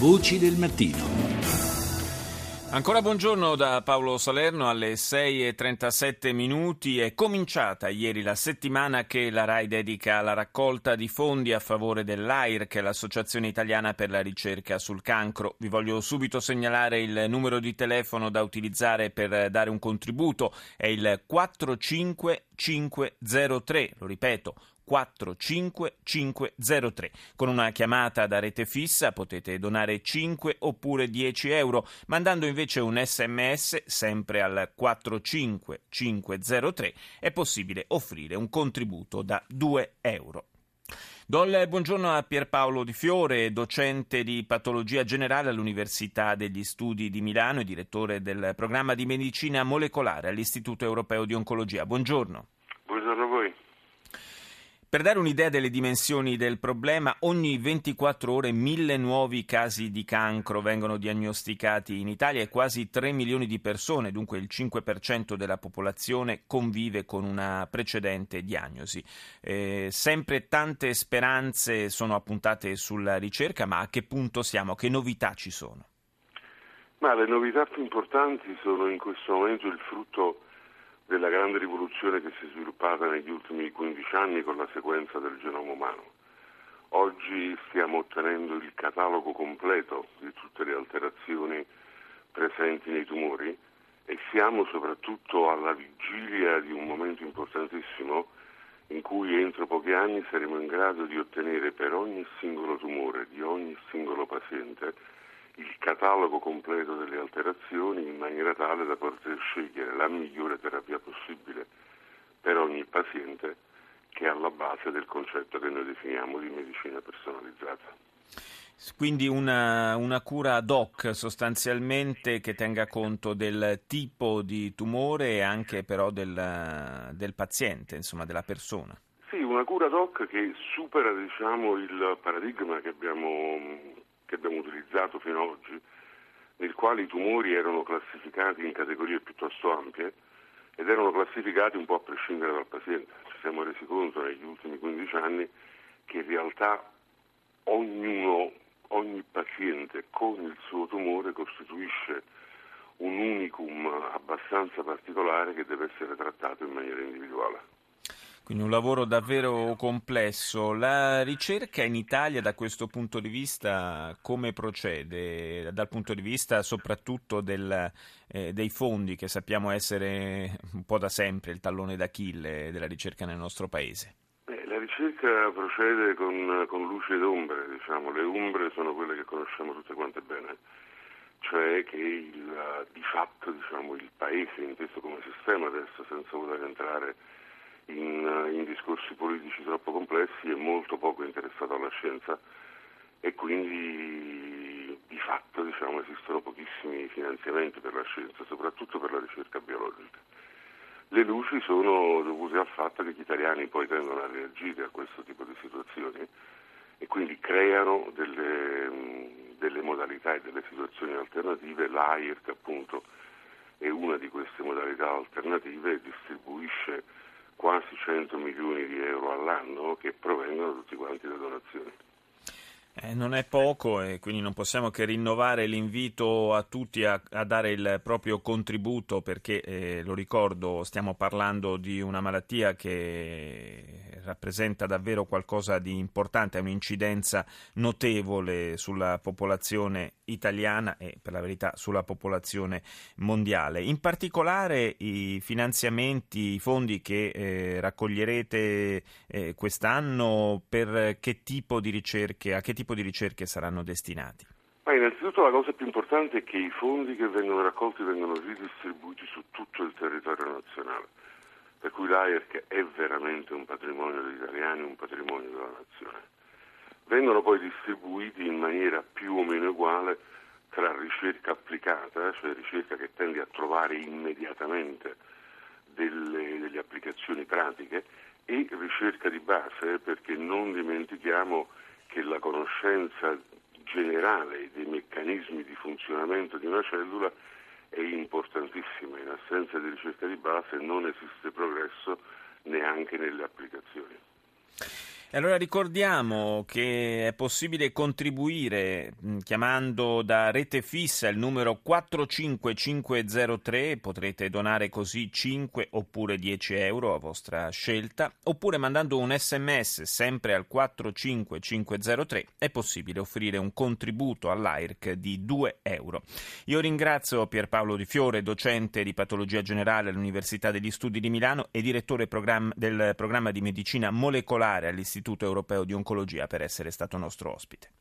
Voci del mattino. Ancora buongiorno da Paolo Salerno. Alle 6:37 minuti. È cominciata ieri la settimana che la RAI dedica alla raccolta di fondi a favore dell'AIRC, l'Associazione Italiana per la Ricerca sul Cancro. Vi voglio subito segnalare il numero di telefono da utilizzare per dare un contributo. È il 45503, lo ripeto, 45503. Con una chiamata da rete fissa potete donare 5 oppure 10 euro, mandando invece un SMS sempre al 45503 è possibile offrire un contributo da 2 euro. Do il buongiorno a Pierpaolo Di Fiore, docente di patologia generale all'Università degli Studi di Milano e direttore del programma di medicina molecolare all'Istituto Europeo di Oncologia. Buongiorno. Buongiorno a voi. Per dare un'idea delle dimensioni del problema, ogni 24 ore 1.000 nuovi casi di cancro vengono diagnosticati in Italia e quasi 3 milioni di persone, dunque il 5% della popolazione, convive con una precedente diagnosi. Sempre tante speranze sono appuntate sulla ricerca, ma a che punto siamo? Che novità ci sono? Ma le novità più importanti sono in questo momento il frutto della grande rivoluzione che si è sviluppata negli ultimi 15 anni con la sequenza del genoma umano. Oggi stiamo ottenendo il catalogo completo di tutte le alterazioni presenti nei tumori e siamo soprattutto alla vigilia di un momento importantissimo in cui entro pochi anni saremo in grado di ottenere per ogni singolo tumore di ogni singolo paziente il catalogo completo delle alterazioni in maniera tale da poter scegliere la migliore terapia possibile per ogni paziente, che è alla base del concetto che noi definiamo di medicina personalizzata. Quindi una cura ad hoc sostanzialmente che tenga conto del tipo di tumore e anche però del paziente, insomma della persona. Sì, una cura ad hoc che supera il paradigma che abbiamo utilizzato fino ad oggi, nel quale i tumori erano classificati in categorie piuttosto ampie ed erano classificati un po' a prescindere dal paziente. Ci siamo resi conto negli ultimi 15 anni che in realtà ogni paziente con il suo tumore costituisce un unicum abbastanza particolare che deve essere trattato in maniera individuale. Quindi un lavoro davvero complesso. La ricerca in Italia da questo punto di vista come procede? Dal punto di vista soprattutto dei fondi, che sappiamo essere un po' da sempre il tallone d'Achille della ricerca nel nostro paese. La ricerca procede con luci ed ombre, Le ombre sono quelle che conosciamo tutte quante bene, cioè che di fatto il paese inteso come sistema adesso, senza voler entrare in discorsi politici troppo complessi, è molto poco interessato alla scienza e quindi di fatto esistono pochissimi finanziamenti per la scienza, soprattutto per la ricerca biologica. Le luci sono dovute al fatto che gli italiani poi tendono a reagire a questo tipo di situazioni e quindi creano delle modalità e delle situazioni alternative. L'AIRC appunto è una di queste modalità alternative e distribuisce quasi 100 milioni di euro all'anno che provengono tutti quanti da donazioni. Non è poco e quindi non possiamo che rinnovare l'invito a tutti a dare il proprio contributo perché, lo ricordo, stiamo parlando di una malattia che rappresenta davvero qualcosa di importante, ha un'incidenza notevole sulla popolazione italiana e per la verità sulla popolazione mondiale. In particolare i finanziamenti, i fondi che raccoglierete quest'anno, per che tipo di ricerche, a che tipo di ricerche saranno destinati? Ma innanzitutto la cosa più importante è che i fondi che vengono raccolti vengono ridistribuiti su tutto il territorio nazionale, per cui l'AIRC è veramente un patrimonio degli italiani, un patrimonio della nazione. Vengono poi distribuiti in maniera più o meno uguale tra ricerca applicata, cioè ricerca che tende a trovare immediatamente delle applicazioni pratiche, e ricerca di base, perché non dimentichiamo che la conoscenza generale dei meccanismi di funzionamento di una cellula è importantissima. In assenza di ricerca di base non esiste progresso neanche nelle applicazioni. Allora ricordiamo che è possibile contribuire chiamando da rete fissa il numero 45503, potrete donare così 5 oppure 10 euro a vostra scelta, oppure mandando un SMS sempre al 45503 è possibile offrire un contributo all'AIRC di 2 euro. Io ringrazio Pierpaolo Di Fiore, docente di patologia generale all'Università degli Studi di Milano e direttore del programma di medicina molecolare all'Istituto Europeo di Oncologia, per essere stato nostro ospite.